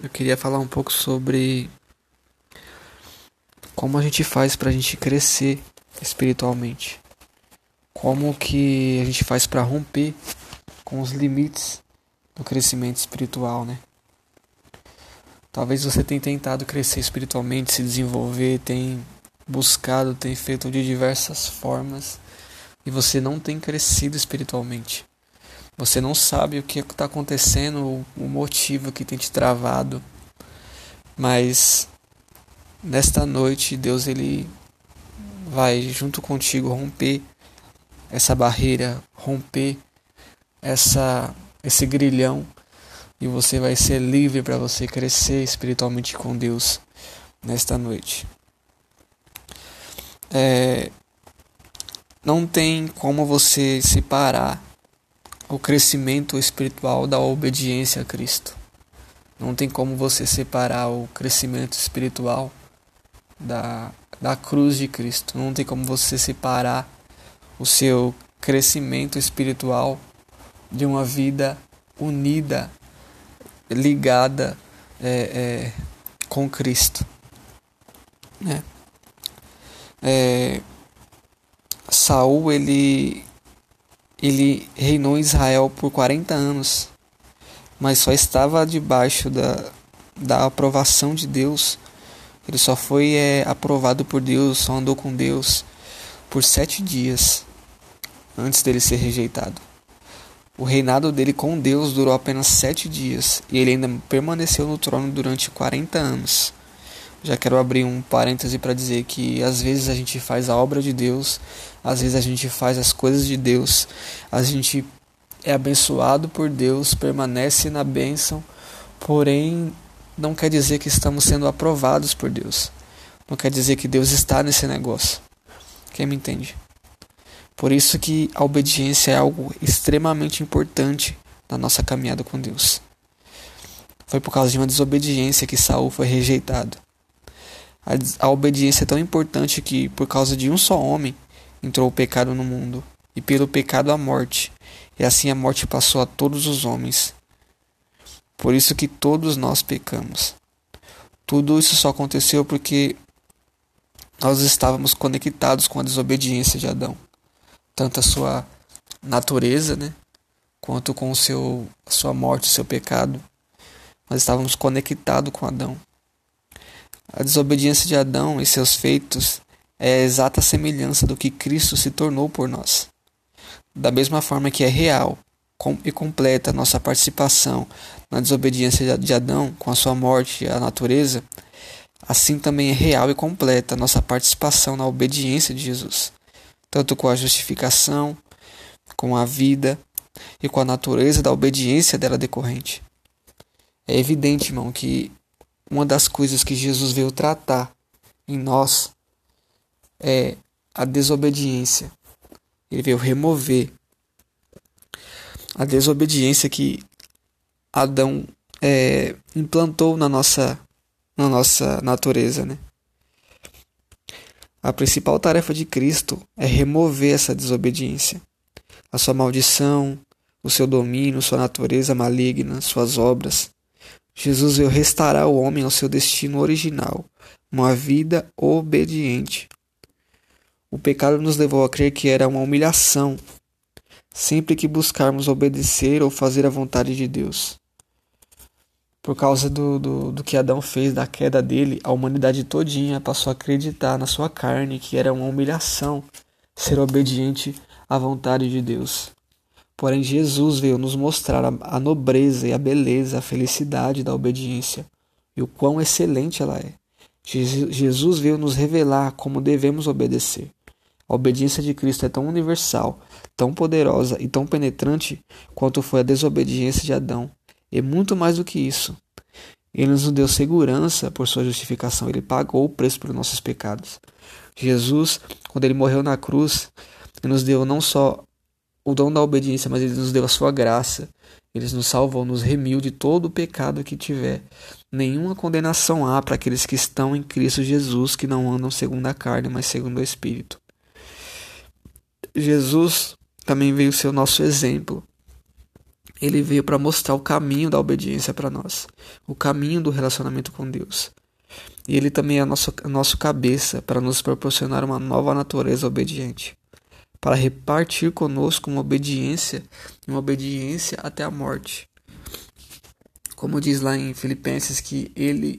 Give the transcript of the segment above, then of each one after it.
Eu queria falar um pouco sobre como a gente faz pra gente crescer espiritualmente. Como que a gente faz pra romper com os limites do crescimento espiritual, né? Talvez você tenha tentado crescer espiritualmente, se desenvolver, tem buscado, tem feito de diversas formas e você não tem crescido espiritualmente. Você não sabe o que está acontecendo, o motivo que tem te travado, mas nesta noite Deus ele vai junto contigo romper essa barreira, romper esse grilhão e você vai ser livre para você crescer espiritualmente com Deus nesta noite. Não tem como você separar o crescimento espiritual da obediência a Cristo. Não tem como você separar o crescimento espiritual da cruz de Cristo. Não tem como você separar o seu crescimento espiritual de uma vida unida, ligada com Cristo, né? Saul ele reinou em Israel por 40 anos, mas só estava debaixo da aprovação de Deus. Ele só foi aprovado por Deus, só andou com Deus por 7 dias antes dele ser rejeitado. O reinado dele com Deus durou apenas 7 dias e ele ainda permaneceu no trono durante 40 anos. Já quero abrir um parêntese para dizer que às vezes a gente faz a obra de Deus, às vezes a gente faz as coisas de Deus, a gente é abençoado por Deus, permanece na bênção, porém não quer dizer que estamos sendo aprovados por Deus. Não quer dizer que Deus está nesse negócio. Quem me entende? Por isso que a obediência é algo extremamente importante na nossa caminhada com Deus. Foi por causa de uma desobediência que Saul foi rejeitado. A obediência é tão importante que, por causa de um só homem, entrou o pecado no mundo, e pelo pecado a morte, e assim a morte passou a todos os homens. Por isso que todos nós pecamos. Tudo isso só aconteceu porque nós estávamos conectados com a desobediência de Adão. Tanto a sua natureza, né, quanto com a sua morte, o seu pecado. Nós estávamos conectados com Adão. A desobediência de Adão e seus feitos é a exata semelhança do que Cristo se tornou por nós. Da mesma forma que é real e completa a nossa participação na desobediência de Adão com a sua morte e a natureza, assim também é real e completa a nossa participação na obediência de Jesus, tanto com a justificação, com a vida e com a natureza da obediência dela decorrente. É evidente, irmão, que uma das coisas que Jesus veio tratar em nós é a desobediência. Ele veio remover a desobediência que Adão implantou na nossa natureza, né? A principal tarefa de Cristo é remover essa desobediência, a sua maldição, o seu domínio, sua natureza maligna, suas obras. Jesus veio restaurar o homem ao seu destino original, uma vida obediente. O pecado nos levou a crer que era uma humilhação sempre que buscarmos obedecer ou fazer a vontade de Deus. Por causa do que Adão fez, da queda dele, a humanidade todinha passou a acreditar na sua carne que era uma humilhação ser obediente à vontade de Deus. Porém, Jesus veio nos mostrar a nobreza e a beleza, a felicidade da obediência e o quão excelente ela é. Jesus veio nos revelar como devemos obedecer. A obediência de Cristo é tão universal, tão poderosa e tão penetrante quanto foi a desobediência de Adão. E muito mais do que isso. Ele nos deu segurança por sua justificação. Ele pagou o preço pelos nossos pecados. Jesus, quando ele morreu na cruz, ele nos deu não só o dom da obediência, mas ele nos deu a sua graça. Ele nos salvou, nos remiu de todo o pecado que tiver. Nenhuma condenação há para aqueles que estão em Cristo Jesus, que não andam segundo a carne, mas segundo o Espírito. Jesus também veio ser o nosso exemplo. Ele veio para mostrar o caminho da obediência para nós, o caminho do relacionamento com Deus. E ele também é nosso cabeça para nos proporcionar uma nova natureza obediente, para repartir conosco uma obediência até a morte. Como diz lá em Filipenses que ele,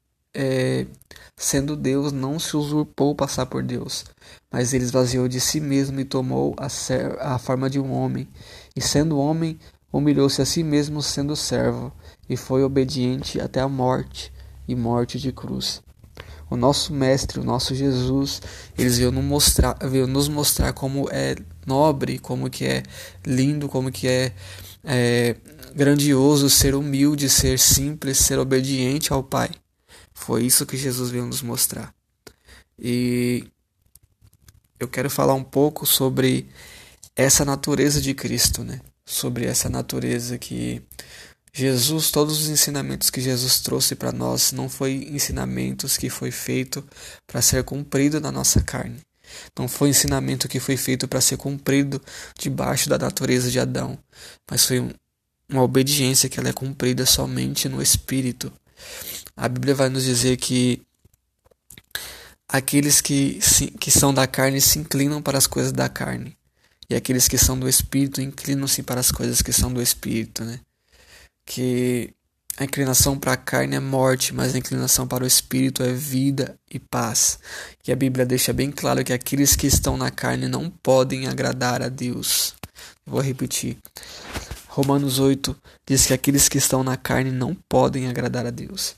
sendo Deus, não se usurpou passar por Deus, mas ele esvaziou de si mesmo e tomou a forma de um homem. E sendo homem, humilhou-se a si mesmo sendo servo, e foi obediente até a morte, e morte de cruz. O nosso Mestre, o nosso Jesus, eles veio nos mostrar como é nobre, como que é lindo, como que é grandioso ser humilde, ser simples, ser obediente ao Pai. Foi isso que Jesus veio nos mostrar. E eu quero falar um pouco sobre essa natureza de Cristo, né? Sobre essa natureza que Jesus, todos os ensinamentos que Jesus trouxe para nós não foi ensinamentos que foi feito para ser cumprido na nossa carne. Não foi ensinamento que foi feito para ser cumprido debaixo da natureza de Adão, mas foi uma obediência que ela é cumprida somente no Espírito. A Bíblia vai nos dizer que aqueles que são da carne se inclinam para as coisas da carne, e aqueles que são do Espírito inclinam-se para as coisas que são do Espírito, né? Que a inclinação para a carne é morte, mas a inclinação para o Espírito é vida e paz. E a Bíblia deixa bem claro que aqueles que estão na carne não podem agradar a Deus. Vou repetir. Romanos 8 diz que aqueles que estão na carne não podem agradar a Deus.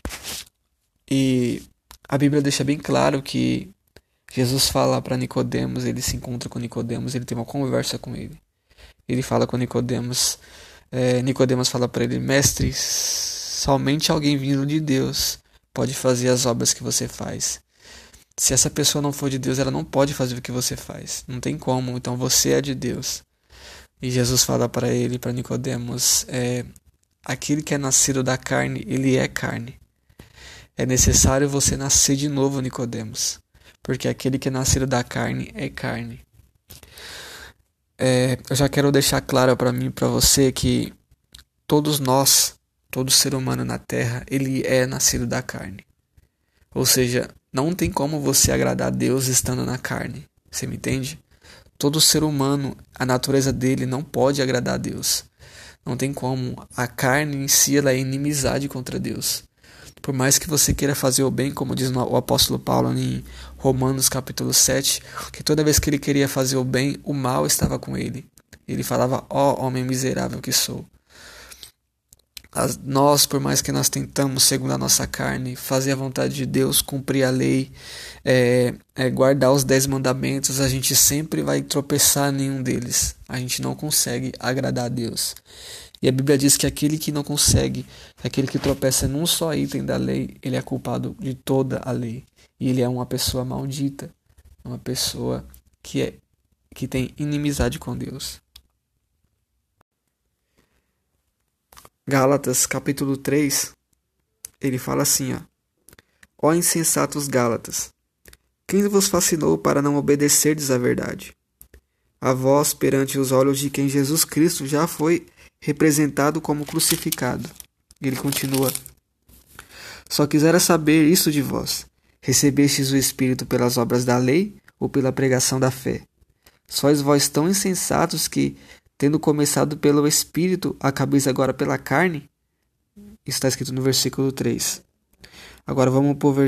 E a Bíblia deixa bem claro que Jesus fala para Nicodemos, ele se encontra com Nicodemos, ele tem uma conversa com ele. Ele fala com Nicodemos. Nicodemos fala para ele: mestre, somente alguém vindo de Deus pode fazer as obras que você faz. Se essa pessoa não for de Deus, ela não pode fazer o que você faz. Não tem como, então você é de Deus. E Jesus fala para ele, para Nicodemos, aquele que é nascido da carne, ele é carne. É necessário você nascer de novo, Nicodemos, porque aquele que é nascido da carne é carne. Eu já quero deixar claro para mim e para você que todos nós, todo ser humano na Terra, ele é nascido da carne. Ou seja, não tem como você agradar a Deus estando na carne. Você me entende? Todo ser humano, a natureza dele não pode agradar a Deus. Não tem como. A carne em si ela é inimizade contra Deus. Por mais que você queira fazer o bem, como diz o apóstolo Paulo em Romanos capítulo 7, que toda vez que ele queria fazer o bem, o mal estava com ele. Ele falava: ó homem miserável que sou. Nós, por mais que nós tentamos, segundo a nossa carne, fazer a vontade de Deus, cumprir a lei, guardar os 10 mandamentos, a gente sempre vai tropeçar em nenhum deles. A gente não consegue agradar a Deus. E a Bíblia diz que aquele que não consegue, aquele que tropeça num só item da lei, ele é culpado de toda a lei. E ele é uma pessoa maldita, uma pessoa que tem inimizade com Deus. Gálatas capítulo 3, ele fala assim, ó insensatos Gálatas, quem vos fascinou para não obedecerdes à verdade? A vós, perante os olhos de quem Jesus Cristo já foi representado como crucificado. Ele continua: só quisera saber isso de vós: recebestes o Espírito pelas obras da lei ou pela pregação da fé? Sois vós tão insensatos que, tendo começado pelo Espírito, acabeis agora pela carne? Isso está escrito no versículo 3. Agora vamos para o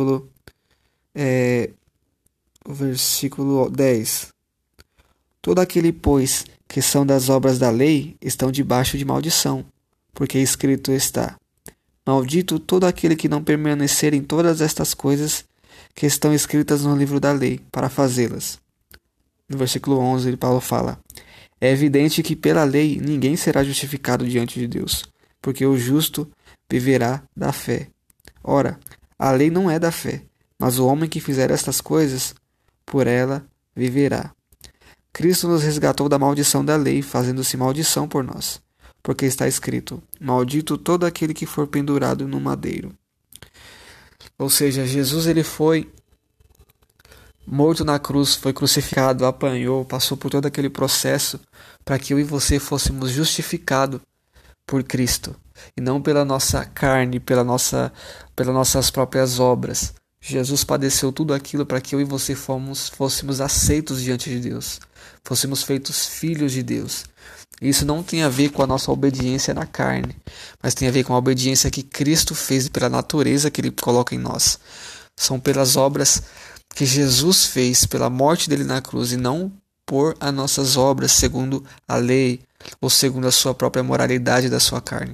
versículo 10. Todo aquele, pois, que são das obras da lei, estão debaixo de maldição, porque escrito está: maldito todo aquele que não permanecer em todas estas coisas que estão escritas no livro da lei, para fazê-las. No versículo 11, Paulo fala: é evidente que pela lei ninguém será justificado diante de Deus, porque o justo viverá da fé. Ora, a lei não é da fé, mas o homem que fizer estas coisas, por ela viverá. Cristo nos resgatou da maldição da lei, fazendo-se maldição por nós, porque está escrito: maldito todo aquele que for pendurado no madeiro. Ou seja, Jesus ele foi morto na cruz, foi crucificado, apanhou, passou por todo aquele processo para que eu e você fôssemos justificados por Cristo e não pela nossa carne, pelas nossas próprias obras. Jesus padeceu tudo aquilo para que eu e você fôssemos aceitos diante de Deus, fôssemos feitos filhos de Deus. Isso não tem a ver com a nossa obediência na carne, mas tem a ver com a obediência que Cristo fez e pela natureza que Ele coloca em nós. São pelas obras que Jesus fez, pela morte dele na cruz, e não por as nossas obras segundo a lei ou segundo a sua própria moralidade da sua carne.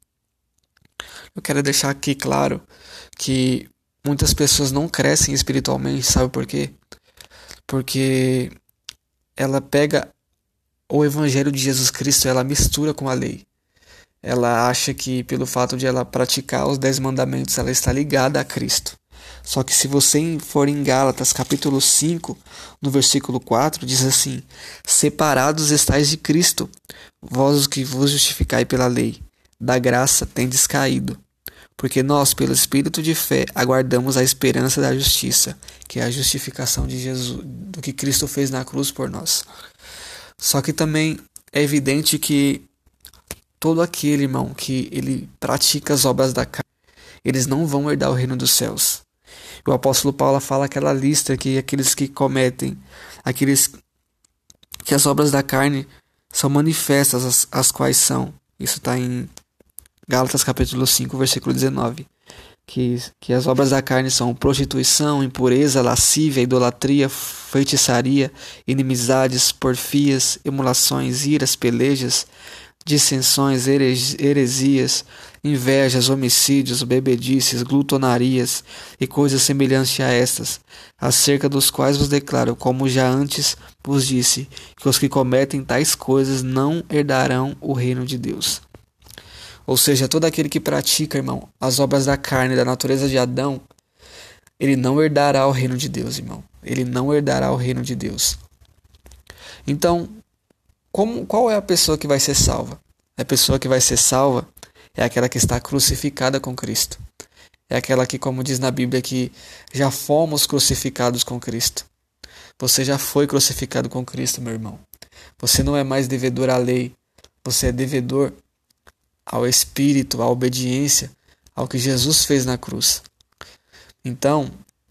Eu quero deixar aqui claro que muitas pessoas não crescem espiritualmente, sabe por quê? Porque ela pega o evangelho de Jesus Cristo, ela mistura com a lei. Ela acha que pelo fato de ela praticar os 10 mandamentos, ela está ligada a Cristo. Só que se você for em Gálatas capítulo 5, no versículo 4, diz assim: separados estáis de Cristo, vós os que vos justificai pela lei, da graça tendes caído. Porque nós, pelo Espírito de fé, aguardamos a esperança da justiça, que é a justificação de Jesus, do que Cristo fez na cruz por nós. Só que também é evidente que todo aquele, irmão, que ele pratica as obras da carne, eles não vão herdar o reino dos céus. O apóstolo Paulo fala aquela lista que aqueles que cometem, aqueles que as obras da carne são manifestas, as quais são. Isso está em Gálatas capítulo 5, versículo 19. Que as obras da carne são prostituição, impureza, lascívia, idolatria, feitiçaria, inimizades, porfias, emulações, iras, pelejas, dissensões, heresias, invejas, homicídios, bebedices, glutonarias e coisas semelhantes a estas, acerca dos quais vos declaro, como já antes vos disse, que os que cometem tais coisas não herdarão o reino de Deus. Ou seja, todo aquele que pratica, irmão, as obras da carne, da natureza de Adão, ele não herdará o reino de Deus, irmão. Ele não herdará o reino de Deus. Então, qual é a pessoa que vai ser salva? A pessoa que vai ser salva é aquela que está crucificada com Cristo. É aquela que, como diz na Bíblia, que já fomos crucificados com Cristo. Você já foi crucificado com Cristo, meu irmão. Você não é mais devedor à lei. Você é devedor ao Espírito, à obediência, ao que Jesus fez na cruz. Então,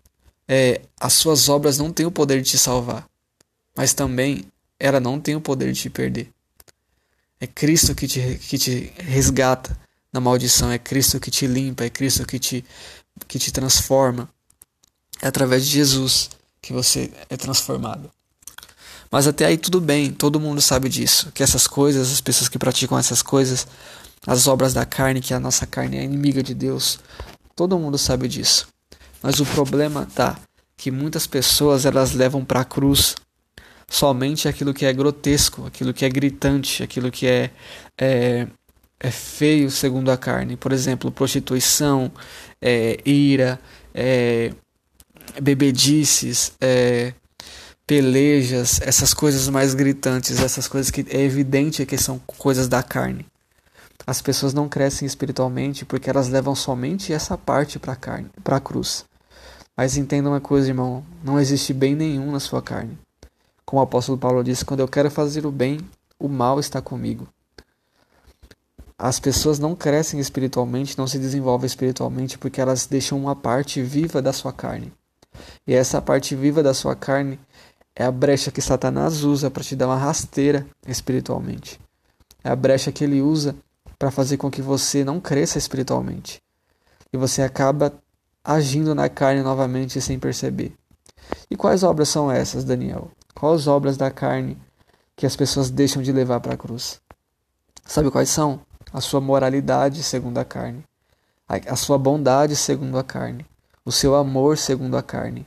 as suas obras não têm o poder de te salvar, mas também ela não tem o poder de te perder. É Cristo que te resgata da maldição, é Cristo que te limpa, é Cristo que te transforma. É através de Jesus que você é transformado. Mas até aí tudo bem, todo mundo sabe disso, que essas coisas, as pessoas que praticam essas coisas, as obras da carne, que a nossa carne é inimiga de Deus, todo mundo sabe disso. Mas o problema tá que muitas pessoas elas levam para a cruz somente aquilo que é grotesco, aquilo que é gritante, aquilo que é feio segundo a carne. Por exemplo, prostituição, ira, bebedices, pelejas, essas coisas mais gritantes, essas coisas que é evidente que são coisas da carne. As pessoas não crescem espiritualmente porque elas levam somente essa parte para a cruz. Mas entenda uma coisa, irmão, não existe bem nenhum na sua carne. Como o apóstolo Paulo disse, quando eu quero fazer o bem, o mal está comigo. As pessoas não crescem espiritualmente, não se desenvolvem espiritualmente porque elas deixam uma parte viva da sua carne. E essa parte viva da sua carne é a brecha que Satanás usa para te dar uma rasteira espiritualmente. É a brecha que ele usa para fazer com que você não cresça espiritualmente. E você acaba agindo na carne novamente sem perceber. E quais obras são essas, Daniel? Quais obras da carne que as pessoas deixam de levar para a cruz? Sabe quais são? A sua moralidade segundo a carne. A sua bondade segundo a carne. O seu amor segundo a carne.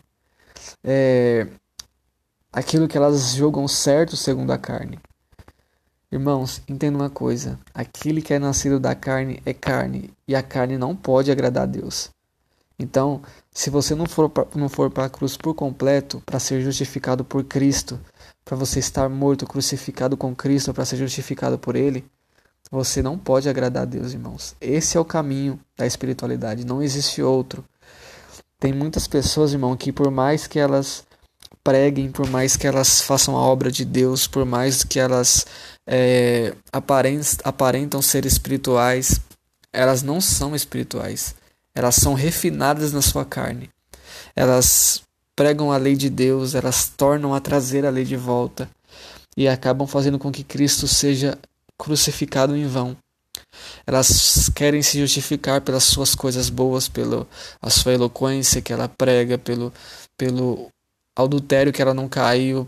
Aquilo que elas julgam certo segundo a carne. Irmãos, entenda uma coisa. Aquele que é nascido da carne é carne. E a carne não pode agradar a Deus. Então, se você não for para a cruz por completo, para ser justificado por Cristo, para você estar morto, crucificado com Cristo, para ser justificado por Ele, você não pode agradar a Deus, irmãos. Esse é o caminho da espiritualidade, não existe outro. Tem muitas pessoas, irmão, que por mais que elas preguem, por mais que elas façam a obra de Deus, por mais que elas aparentam ser espirituais, elas não são espirituais. Elas são refinadas na sua carne. Elas pregam a lei de Deus, elas tornam a trazer a lei de volta e acabam fazendo com que Cristo seja crucificado em vão. Elas querem se justificar pelas suas coisas boas, pela a sua eloquência que ela prega, pelo adultério que ela não caiu,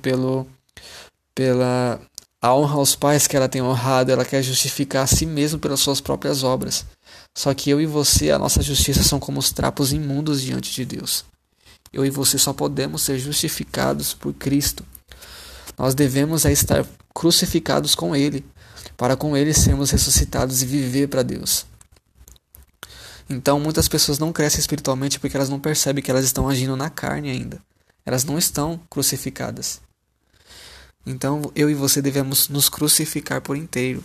pela a honra aos pais que ela tem honrado. Ela quer justificar a si mesma pelas suas próprias obras. Só que eu e você, a nossa justiça são como os trapos imundos diante de Deus. Eu e você só podemos ser justificados por Cristo. Nós devemos estar crucificados com Ele, para com Ele sermos ressuscitados e viver para Deus. Então muitas pessoas não crescem espiritualmente porque elas não percebem que elas estão agindo na carne ainda. Elas não estão crucificadas. Então eu e você devemos nos crucificar por inteiro.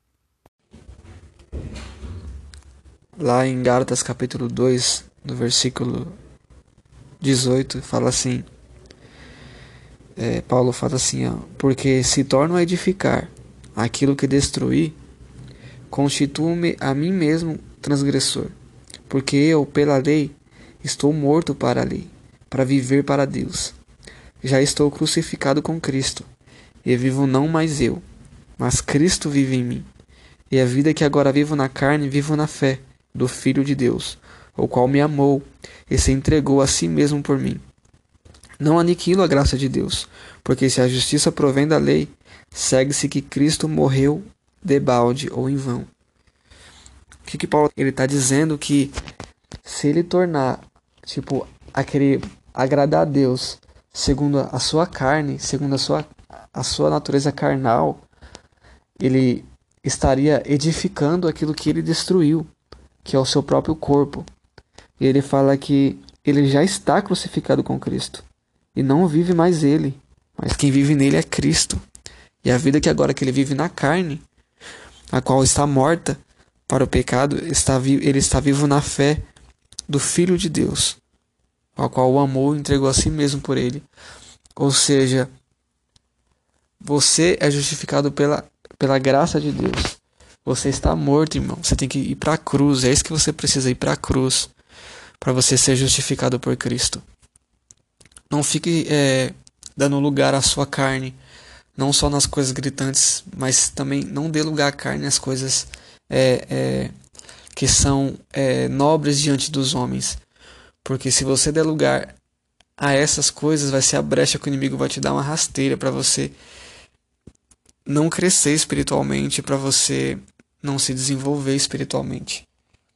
Lá em Gálatas capítulo 2, no versículo 18, fala assim, Paulo fala assim, porque se torno a edificar aquilo que destruí, constituo-me a mim mesmo transgressor, porque eu, pela lei, estou morto para a lei, para viver para Deus. Já estou crucificado com Cristo, e vivo não mais eu, mas Cristo vive em mim. E a vida que agora vivo na carne, vivo na fé do Filho de Deus, o qual me amou e se entregou a si mesmo por mim. Não aniquilo a graça de Deus, porque se a justiça provém da lei, segue-se que Cristo morreu debalde ou em vão. O que Paulo está dizendo? Que se ele tornar, a querer agradar a Deus segundo a sua carne, segundo a sua natureza carnal, ele estaria edificando aquilo que ele destruiu, que é o seu próprio corpo. E ele fala que ele já está crucificado com Cristo. E não vive mais ele, mas quem vive nele é Cristo. E a vida que agora que ele vive na carne, a qual está morta para o pecado, ele está vivo na fé do Filho de Deus, ao qual o amou e entregou a si mesmo por ele. Ou seja, você é justificado pela graça de Deus. Você está morto, irmão. Você tem que ir para a cruz. É isso que você precisa, ir para a cruz, para você ser justificado por Cristo. Não fique dando lugar à sua carne, não só nas coisas gritantes, mas também não dê lugar à carne nas coisas que são nobres diante dos homens. Porque se você der lugar a essas coisas, vai ser a brecha que o inimigo vai te dar uma rasteira para você não crescer espiritualmente, para você não se desenvolver espiritualmente.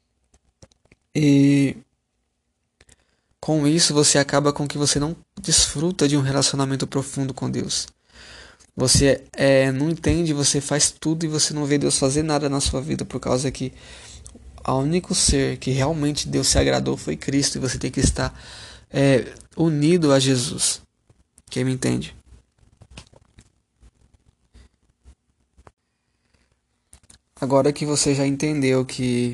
E com isso você acaba com que você não desfruta de um relacionamento profundo com Deus. Você não entende, você faz tudo e você não vê Deus fazer nada na sua vida, por causa que o único ser que realmente Deus se agradou foi Cristo, e você tem que estar unido a Jesus. Quem me entende? Agora que você já entendeu que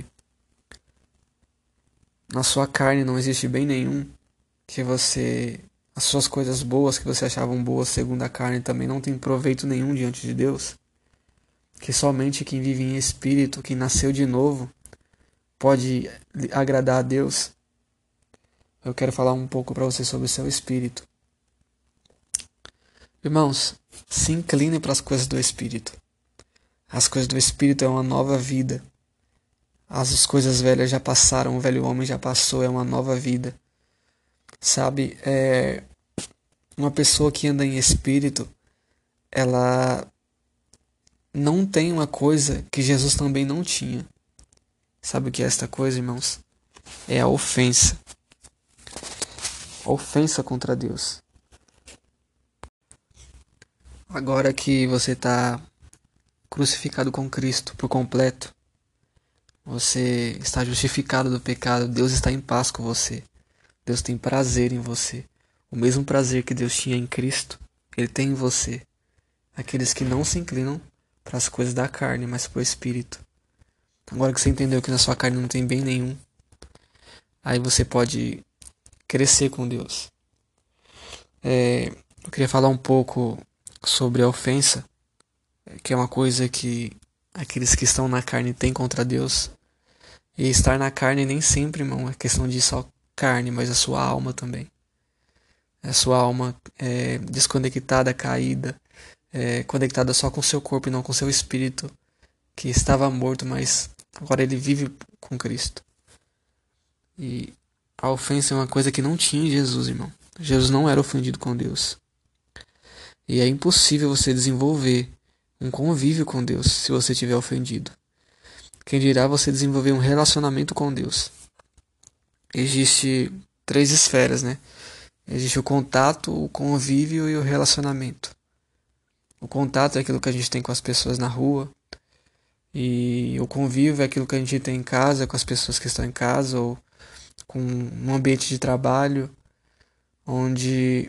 na sua carne não existe bem nenhum, que as suas coisas boas que você achavam boas segundo a carne também não tem proveito nenhum diante de Deus, que somente quem vive em espírito, quem nasceu de novo, pode agradar a Deus, eu quero falar um pouco para você sobre o seu espírito. Irmãos, se incline para as coisas do espírito. As coisas do espírito é uma nova vida. As coisas velhas já passaram, o velho homem já passou, é uma nova vida. Sabe, uma pessoa que anda em espírito, ela não tem uma coisa que Jesus também não tinha. Sabe o que é esta coisa, irmãos? É a ofensa. A ofensa contra Deus. Agora que você está crucificado com Cristo por completo, você está justificado do pecado, Deus está em paz com você. Deus tem prazer em você. O mesmo prazer que Deus tinha em Cristo, Ele tem em você. Aqueles que não se inclinam para as coisas da carne, mas para o Espírito. Agora que você entendeu que na sua carne não tem bem nenhum, aí você pode crescer com Deus. Eu queria falar um pouco sobre a ofensa, que é uma coisa que aqueles que estão na carne têm contra Deus. E estar na carne nem sempre, irmão, é questão de só carne, mas a sua alma também. A sua alma é desconectada, caída, conectada só com o seu corpo e não com o seu espírito, que estava morto, mas agora ele vive com Cristo. E a ofensa é uma coisa que não tinha em Jesus, irmão. Jesus não era ofendido com Deus. E é impossível você desenvolver um convívio com Deus se você estiver ofendido. Quem dirá você desenvolver um relacionamento com Deus? Existe três esferas, né? Existe o contato, o convívio e o relacionamento. O contato é aquilo que a gente tem com as pessoas na rua. E o convívio é aquilo que a gente tem em casa, com as pessoas que estão em casa, ou com um ambiente de trabalho, onde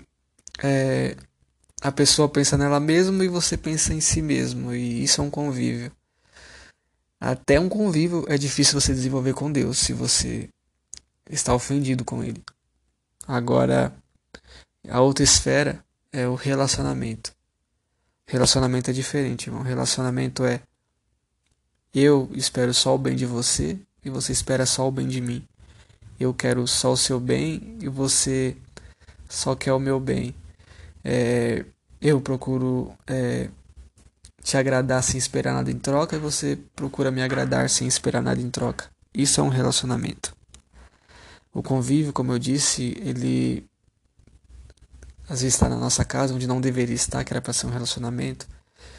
a pessoa pensa nela mesma e você pensa em si mesmo. E isso é um convívio. Até um convívio é difícil você desenvolver com Deus se você está ofendido com Ele. Agora, a outra esfera é o relacionamento. Relacionamento é diferente, irmão. Relacionamento é: eu espero só o bem de você e você espera só o bem de mim. Eu quero só o seu bem e você só quer o meu bem. Eu procuro te agradar sem esperar nada em troca e você procura me agradar sem esperar nada em troca. Isso é um relacionamento. O convívio, como eu disse, ele às vezes está na nossa casa, onde não deveria estar, que era para ser um relacionamento.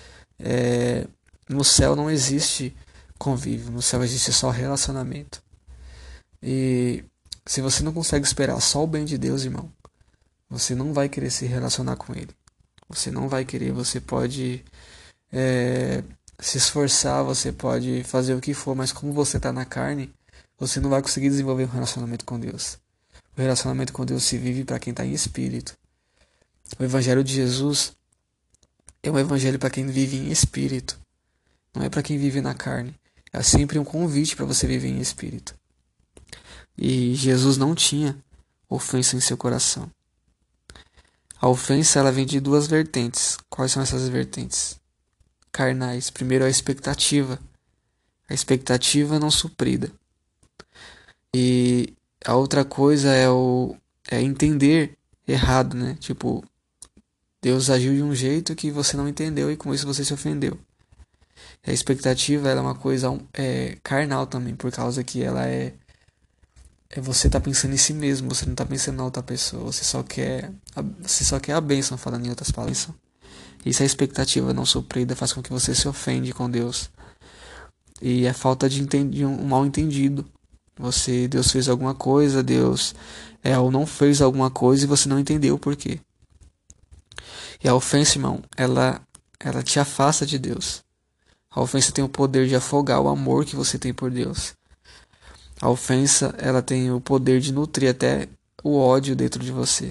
No céu não existe convívio, no céu existe só relacionamento. E se você não consegue esperar só o bem de Deus, irmão, você não vai querer se relacionar com Ele. Você não vai querer, você pode se esforçar, você pode fazer o que for, mas como você está na carne, você não vai conseguir desenvolver um relacionamento com Deus. O relacionamento com Deus se vive para quem está em espírito. O Evangelho de Jesus é um evangelho para quem vive em espírito. Não é para quem vive na carne. É sempre um convite para você viver em espírito. E Jesus não tinha ofensa em seu coração. A ofensa ela vem de duas vertentes. Quais são essas vertentes? Carnais. Primeiro a expectativa. A expectativa não suprida. E a outra coisa é entender errado, né? Tipo, Deus agiu de um jeito que você não entendeu e com isso você se ofendeu. A expectativa ela é uma coisa carnal também, por causa que ela você tá pensando em si mesmo, você não tá pensando na outra pessoa, você só quer a bênção, falando em outras palavras. Isso é a expectativa não suprida, faz com que você se ofende com Deus. E é falta de um mal entendido. Deus fez alguma coisa, Deus ou não fez alguma coisa e você não entendeu o porquê. E a ofensa, irmão, ela te afasta de Deus. A ofensa tem o poder de afogar o amor que você tem por Deus. A ofensa, ela tem o poder de nutrir até o ódio dentro de você.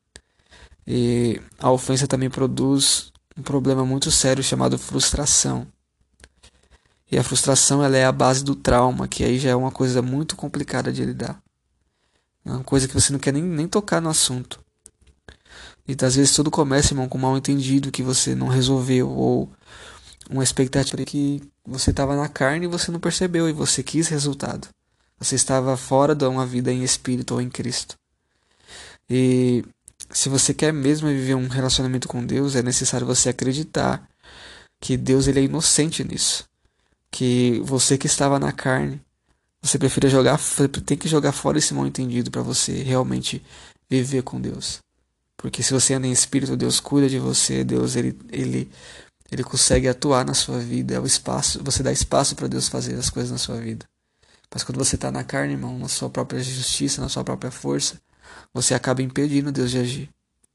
E a ofensa também produz um problema muito sério chamado frustração. E a frustração, ela é a base do trauma, que aí já é uma coisa muito complicada de lidar. É uma coisa que você não quer nem tocar no assunto. E às vezes tudo começa, irmão, com um mal entendido que você não resolveu, ou uma expectativa que você estava na carne e você não percebeu, e você quis resultado. Você estava fora de uma vida em espírito ou em Cristo. E se você quer mesmo viver um relacionamento com Deus, é necessário você acreditar que Deus ele é inocente nisso. Que você que estava na carne, você tem que jogar fora esse mal entendido para você realmente viver com Deus. Porque se você anda em espírito, Deus cuida de você, Deus ele consegue atuar na sua vida, é o espaço, você dá espaço para Deus fazer as coisas na sua vida. Mas quando você está na carne, irmão, na sua própria justiça, na sua própria força, você acaba impedindo Deus de agir.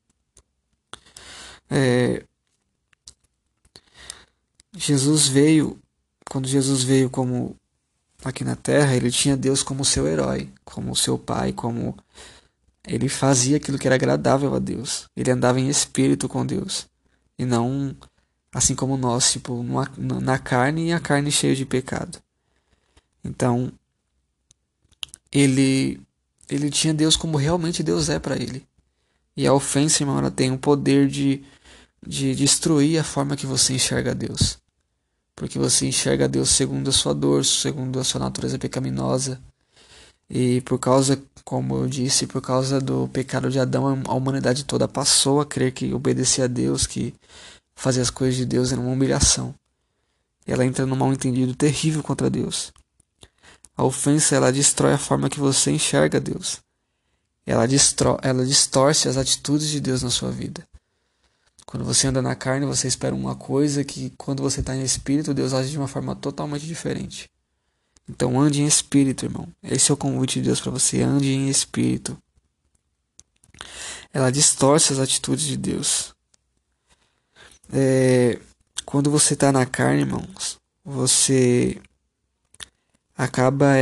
Quando Jesus veio como aqui na Terra, ele tinha Deus como seu herói, como seu pai, como ele fazia aquilo que era agradável a Deus. Ele andava em espírito com Deus e não assim como nós, tipo, na carne e a carne cheia de pecado. Então, ele tinha Deus como realmente Deus é para ele. E a ofensa, irmão, ela tem o poder de destruir a forma que você enxerga Deus. Porque você enxerga Deus segundo a sua dor, segundo a sua natureza pecaminosa. E por causa, como eu disse, por causa do pecado de Adão, a humanidade toda passou a crer que obedecer a Deus, que fazer as coisas de Deus era uma humilhação. E ela entra num mal-entendido terrível contra Deus. A ofensa, ela destrói a forma que você enxerga Deus. Ela distorce as atitudes de Deus na sua vida. Quando você anda na carne, você espera uma coisa que quando você está em espírito, Deus age de uma forma totalmente diferente. Então ande em espírito, irmão. Esse é o convite de Deus para você. Ande em espírito. Ela distorce as atitudes de Deus. Quando você está na carne, irmãos, você acaba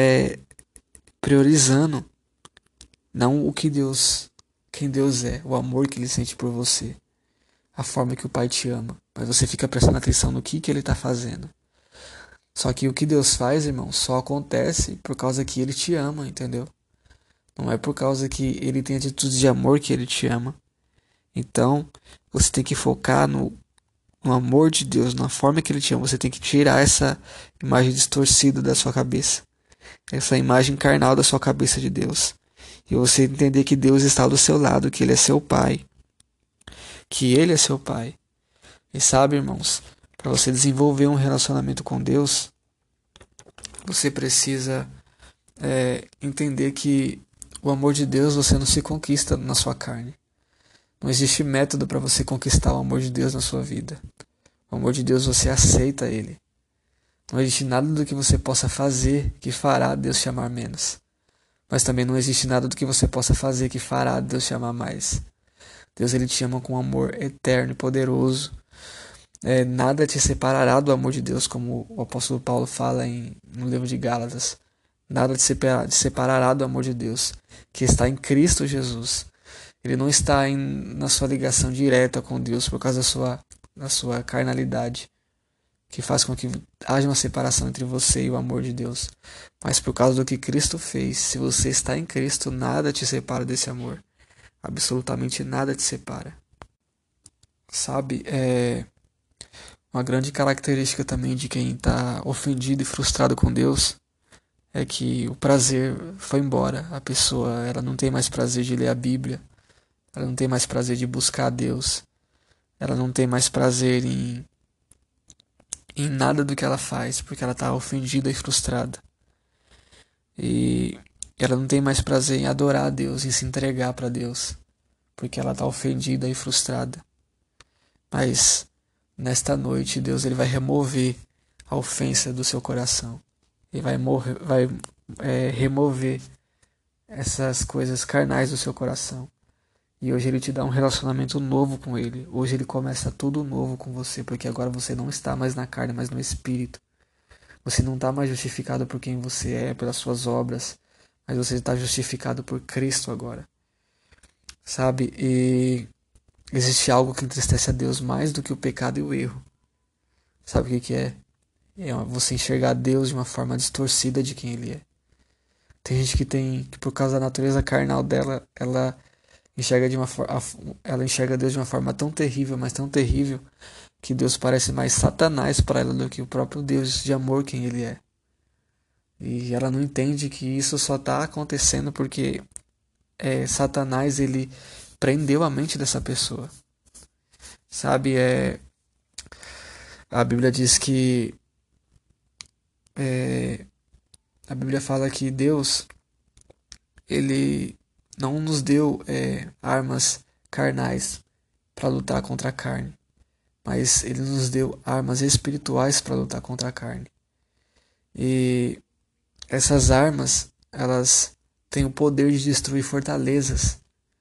priorizando não o que quem Deus é, o amor que Ele sente por você, a forma que o Pai te ama, mas você fica prestando atenção no que Ele está fazendo. Só que o que Deus faz, irmão, só acontece por causa que Ele te ama, entendeu? Não é por causa que Ele tem atitudes de amor que Ele te ama. Então, você tem que focar no amor de Deus, na forma que Ele te ama. Você tem que tirar essa imagem distorcida da sua cabeça, essa imagem carnal da sua cabeça de Deus. E você entender que Deus está do seu lado, que Ele é seu Pai. Que Ele é seu Pai. E sabe, irmãos, para você desenvolver um relacionamento com Deus, você precisa entender que o amor de Deus você não se conquista na sua carne. Não existe método para você conquistar o amor de Deus na sua vida. O amor de Deus você aceita Ele. Não existe nada do que você possa fazer que fará Deus te amar menos. Mas também não existe nada do que você possa fazer que fará Deus te amar mais. Deus Ele te ama com um amor eterno e poderoso. Nada te separará do amor de Deus, como o apóstolo Paulo fala no livro de Gálatas. Nada te separará do amor de Deus, que está em Cristo Jesus. Ele não está na sua ligação direta com Deus por causa da sua carnalidade, que faz com que haja uma separação entre você e o amor de Deus. Mas por causa do que Cristo fez, se você está em Cristo, nada te separa desse amor. Absolutamente nada te separa. Sabe, uma grande característica também de quem está ofendido e frustrado com Deus é que o prazer foi embora. A pessoa ela não tem mais prazer de ler a Bíblia, ela não tem mais prazer de buscar a Deus, ela não tem mais prazer em nada do que ela faz, porque ela está ofendida e frustrada. E ela não tem mais prazer em adorar a Deus, em se entregar para Deus, porque ela está ofendida e frustrada. Mas nesta noite Deus ele vai remover a ofensa do seu coração. Ele vai remover essas coisas carnais do seu coração. E hoje Ele te dá um relacionamento novo com Ele. Hoje Ele começa tudo novo com você, porque agora você não está mais na carne, mas no Espírito. Você não está mais justificado por quem você é, pelas suas obras, mas você está justificado por Cristo agora. Sabe? E existe algo que entristece a Deus mais do que o pecado e o erro. Sabe o que é? É você enxergar Deus de uma forma distorcida de quem Ele é. Tem gente que por causa da natureza carnal dela, ela enxerga Deus de uma forma tão terrível, mas tão terrível, que Deus parece mais Satanás para ela do que o próprio Deus de amor quem Ele é. E ela não entende que isso só está acontecendo porque Satanás ele prendeu a mente dessa pessoa. Sabe, a Bíblia diz que a Bíblia fala que Deus ele não nos deu armas carnais para lutar contra a carne, mas Ele nos deu armas espirituais para lutar contra a carne. E essas armas, elas têm o poder de destruir fortalezas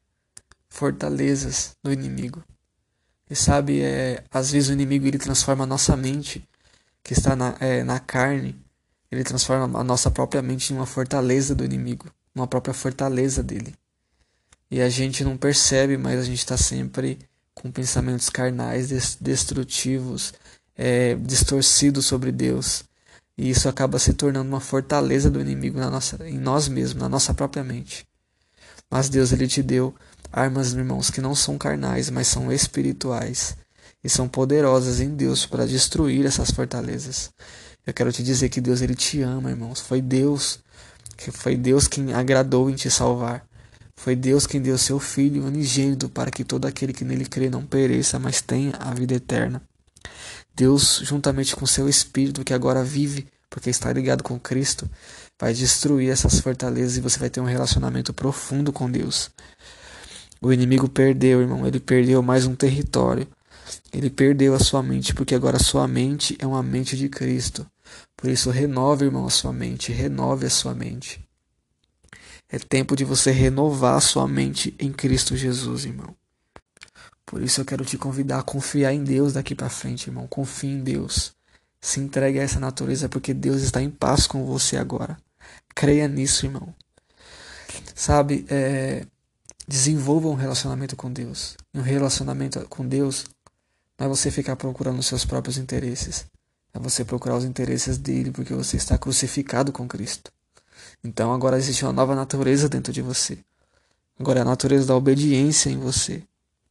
do inimigo. E sabe, às vezes o inimigo ele transforma a nossa mente, que está na carne, ele transforma a nossa própria mente em uma fortaleza do inimigo, uma própria fortaleza dele. E a gente não percebe, mas a gente está sempre com pensamentos carnais, destrutivos, distorcidos sobre Deus. E isso acaba se tornando uma fortaleza do inimigo em nós mesmos, na nossa própria mente. Mas Deus ele te deu Armas, irmãos, que não são carnais, mas são espirituais. E são poderosas em Deus para destruir essas fortalezas. Eu quero te dizer que Deus, ele te ama, irmãos. Foi Deus quem agradou em te salvar. Foi Deus quem deu seu Filho unigênito para que todo aquele que nele crê não pereça, mas tenha a vida eterna. Deus, juntamente com seu Espírito, que agora vive, porque está ligado com Cristo, vai destruir essas fortalezas e você vai ter um relacionamento profundo com Deus. O inimigo perdeu, irmão. Ele perdeu mais um território. Ele perdeu a sua mente, porque agora a sua mente é uma mente de Cristo. Por isso, renove, irmão, a sua mente. Renove a sua mente. É tempo de você renovar a sua mente em Cristo Jesus, irmão. Por isso eu quero te convidar a confiar em Deus daqui para frente, irmão. Confie em Deus. Se entregue a essa natureza, porque Deus está em paz com você agora. Creia nisso, irmão. Sabe, desenvolva um relacionamento com Deus. E um relacionamento com Deus não é você ficar procurando os seus próprios interesses. É você procurar os interesses dele, porque você está crucificado com Cristo. Então agora existe uma nova natureza dentro de você. Agora é a natureza da obediência em você.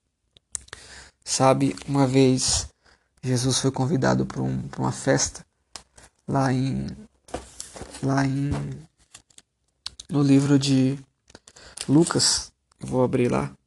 Sabe, uma vez Jesus foi convidado para uma festa lá em no livro de Lucas. Eu vou abrir lá.